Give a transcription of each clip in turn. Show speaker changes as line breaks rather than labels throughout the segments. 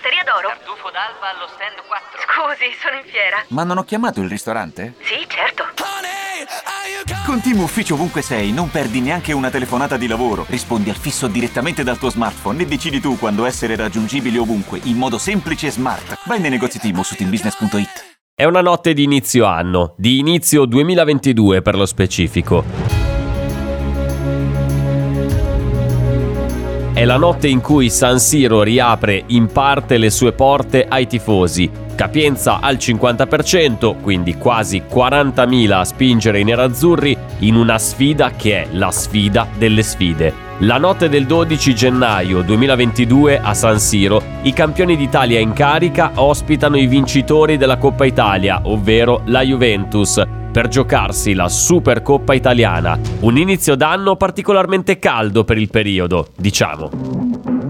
Osteria d'Oro.
Tartufo d'alba allo stand 4.
Scusi, sono in fiera.
Ma non ho chiamato il ristorante?
Sì, certo.
Con Team Ufficio ovunque sei, non perdi neanche una telefonata di lavoro. Rispondi al fisso direttamente dal tuo smartphone e decidi tu quando essere raggiungibile ovunque, in modo semplice e smart. Vai nei negozi Team o su teambusiness.it.
È una notte di inizio anno, di inizio 2022 per lo specifico. È la notte in cui San Siro riapre in parte le sue porte ai tifosi. Capienza al 50%, quindi quasi 40.000 a spingere i nerazzurri in una sfida che è la sfida delle sfide. La notte del 12 gennaio 2022 a San Siro, i campioni d'Italia in carica ospitano i vincitori della Coppa Italia, ovvero la Juventus, per giocarsi la Supercoppa italiana. Un inizio d'anno particolarmente caldo per il periodo, diciamo.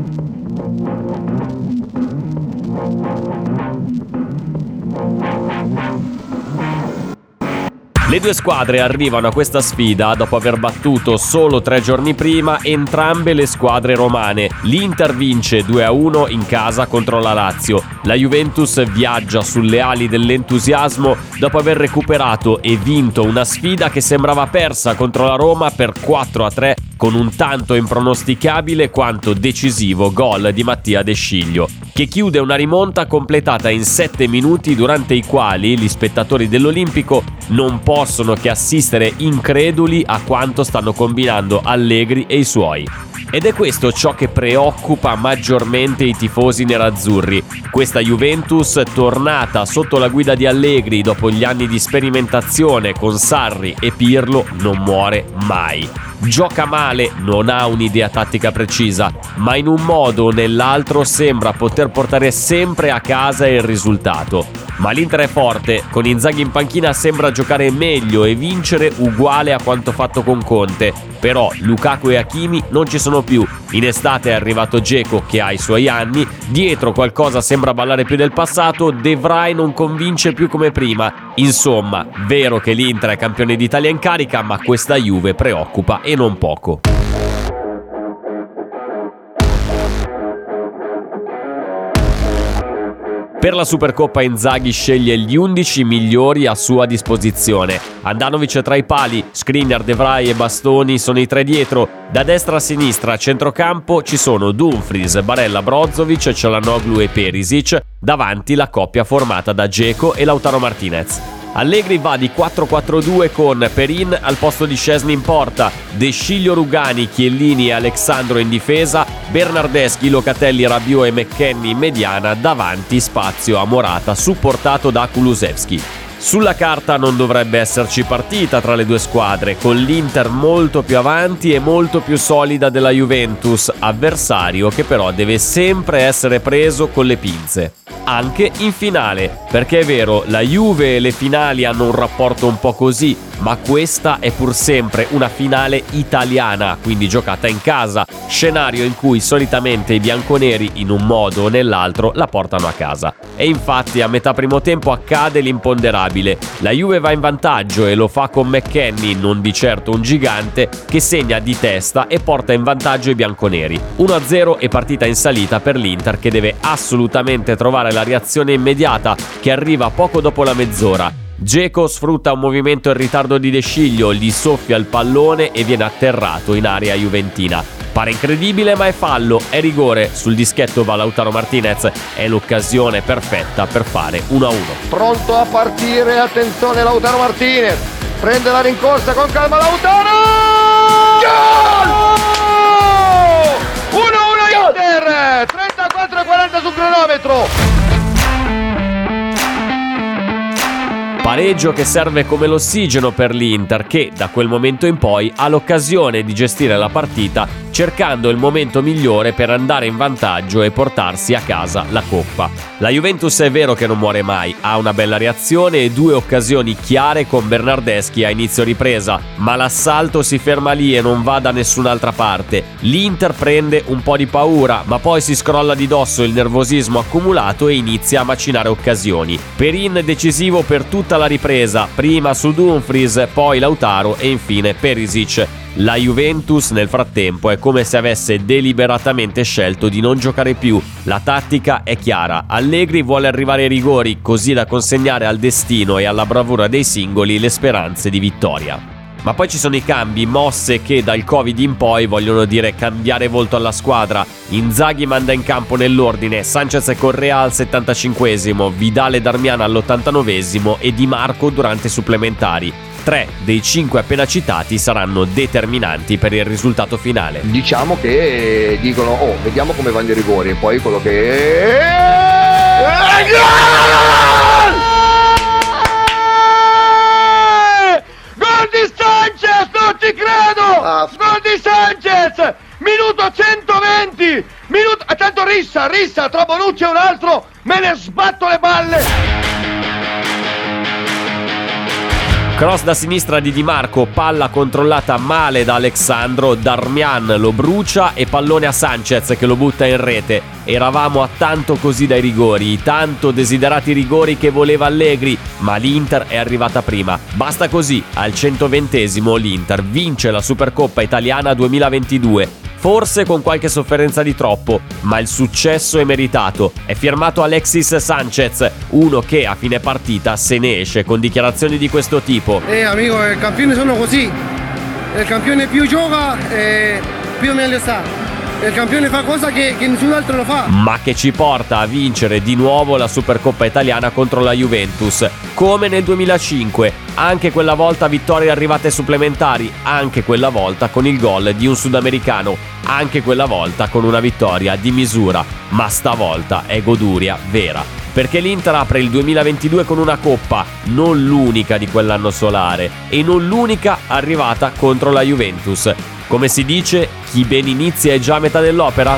Le due squadre arrivano a questa sfida dopo aver battuto solo 3 giorni prima entrambe le squadre romane. L'Inter vince 2-1 in casa contro la Lazio. La Juventus viaggia sulle ali dell'entusiasmo dopo aver recuperato e vinto una sfida che sembrava persa contro la Roma per 4-3 con un tanto impronosticabile quanto decisivo gol di Mattia De Sciglio, che chiude una rimonta completata in 7 minuti durante i quali gli spettatori dell'Olimpico non possono che assistere increduli a quanto stanno combinando Allegri e i suoi. Ed è questo ciò che preoccupa maggiormente i tifosi nerazzurri. Questa Juventus, tornata sotto la guida di Allegri dopo gli anni di sperimentazione con Sarri e Pirlo, non muore mai. Gioca male, non ha un'idea tattica precisa, ma in un modo o nell'altro sembra poter portare sempre a casa il risultato. Ma l'Inter è forte, con Inzaghi in panchina sembra giocare meglio e vincere uguale a quanto fatto con Conte. Però Lukaku e Hakimi non ci sono più. In estate è arrivato Dzeko che ha i suoi anni, dietro qualcosa sembra ballare più del passato, De Vrij non convince più come prima. Insomma, vero che l'Inter è campione d'Italia in carica, ma questa Juve preoccupa e non poco. Per la Supercoppa Inzaghi sceglie gli 11 migliori a sua disposizione. Handanovic tra i pali, Skriniar, De Vrij e Bastoni sono i tre dietro. Da destra a sinistra a centrocampo ci sono Dumfries, Barella, Brozovic, Çalhanoğlu e Perisic. Davanti la coppia formata da Dzeko e Lautaro Martinez. Allegri va di 4-4-2 con Perin al posto di Szczęsny in porta, De Sciglio, Rugani, Chiellini e Alexandro in difesa, Bernardeschi, Locatelli, Rabiot e McKennie in mediana, davanti spazio a Morata supportato da Kulusevski. Sulla carta non dovrebbe esserci partita tra le due squadre, con l'Inter molto più avanti e molto più solida della Juventus, avversario che però deve sempre essere preso con le pinze. Anche in finale, perché è vero, la Juve e le finali hanno un rapporto un po' così, ma questa è pur sempre una finale italiana, quindi giocata in casa, scenario in cui solitamente i bianconeri in un modo o nell'altro la portano a casa. E infatti a metà primo tempo accade l'imponderabile. La Juve va in vantaggio e lo fa con McKennie, non di certo un gigante, che segna di testa e porta in vantaggio i bianconeri. 1-0 e partita in salita per l'Inter, che deve assolutamente trovare la reazione immediata, che arriva poco dopo la mezz'ora. Dzeko sfrutta un movimento in ritardo di De Sciglio, gli soffia il pallone e viene atterrato in area juventina. Pare incredibile, ma è fallo, è rigore. Sul dischetto va Lautaro Martinez, è l'occasione perfetta per fare 1-1.
Pronto a partire, attenzione Lautaro Martinez, prende la rincorsa con calma Lautaro! Gol! 1-1 Inter, 34-40 sul cronometro.
Pareggio che serve come l'ossigeno per l'Inter, che da quel momento in poi ha l'occasione di gestire la partita cercando il momento migliore per andare in vantaggio e portarsi a casa la Coppa. La Juventus è vero che non muore mai, ha una bella reazione e 2 occasioni chiare con Bernardeschi a inizio ripresa, ma l'assalto si ferma lì e non va da nessun'altra parte. L'Inter prende un po' di paura, ma poi si scrolla di dosso il nervosismo accumulato e inizia a macinare occasioni. Perin decisivo per tutta la ripresa, prima su Dumfries, poi Lautaro e infine Perisic. La Juventus nel frattempo è come se avesse deliberatamente scelto di non giocare più. La tattica è chiara: Allegri vuole arrivare ai rigori così da consegnare al destino e alla bravura dei singoli le speranze di vittoria. Ma poi ci sono i cambi, mosse che dal Covid in poi vogliono dire cambiare volto alla squadra. Inzaghi manda in campo nell'ordine Sanchez e Correa al 75esimo, Vidal e Darmian all'89esimo e Di Marco durante i supplementari. 3 dei 5 appena citati saranno determinanti per il risultato finale.
Diciamo che dicono vediamo come vanno i rigori e poi quello che gol di Sanchez, non ci credo! Gol di Sanchez, minuto 120, tanto Rissa tra Bonucci e un altro, me ne sbatto le balle.
Cross da sinistra di Di Marco, palla controllata male da Alexandro, Darmian lo brucia e pallone a Sanchez che lo butta in rete. Eravamo a tanto così dai rigori, i tanto desiderati rigori che voleva Allegri, ma l'Inter è arrivata prima. Basta così, al 120esimo l'Inter vince la Supercoppa Italiana 2022. Forse con qualche sofferenza di troppo, ma il successo è meritato. È firmato Alexis Sanchez, uno che a fine partita se ne esce con dichiarazioni di questo tipo.
Amico, i campioni sono così. Il campione più gioca più meglio sta. Il campione fa cosa che nessun altro lo fa.
Ma che ci porta a vincere di nuovo la Supercoppa Italiana contro la Juventus, come nel 2005. Anche quella volta vittorie arrivate supplementari, anche quella volta con il gol di un sudamericano, anche quella volta con una vittoria di misura, ma stavolta è goduria vera. Perché l'Inter apre il 2022 con una coppa, non l'unica di quell'anno solare, e non l'unica arrivata contro la Juventus. Come si dice, chi ben inizia è già a metà dell'opera?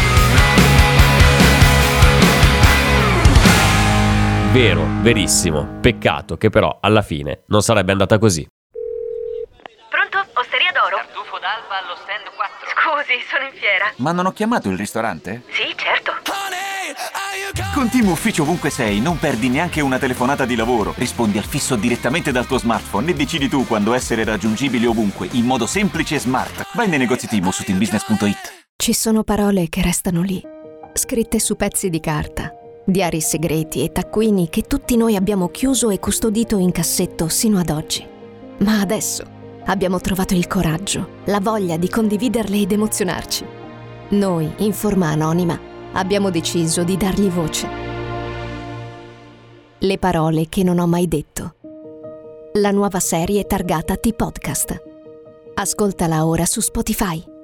Vero, verissimo. Peccato che però alla fine non sarebbe andata così.
Pronto? Osteria d'Oro? Tartufo d'Alba allo stand 4. Scusi, sono in fiera.
Ma non ho chiamato il ristorante?
Sì, certo.
Con Team Ufficio ovunque sei, non perdi neanche una telefonata di lavoro. Rispondi al fisso direttamente dal tuo smartphone e decidi tu quando essere raggiungibile ovunque, in modo semplice e smart. Vai nei negozi Team o su teambusiness.it.
Ci sono parole che restano lì, scritte su pezzi di carta, diari segreti e taccuini che tutti noi abbiamo chiuso e custodito in cassetto sino ad oggi. Ma adesso abbiamo trovato il coraggio, la voglia di condividerle ed emozionarci. Noi, in forma anonima, abbiamo deciso di dargli voce. Le parole che non ho mai detto. La nuova serie targata T-Podcast. Ascoltala ora su Spotify.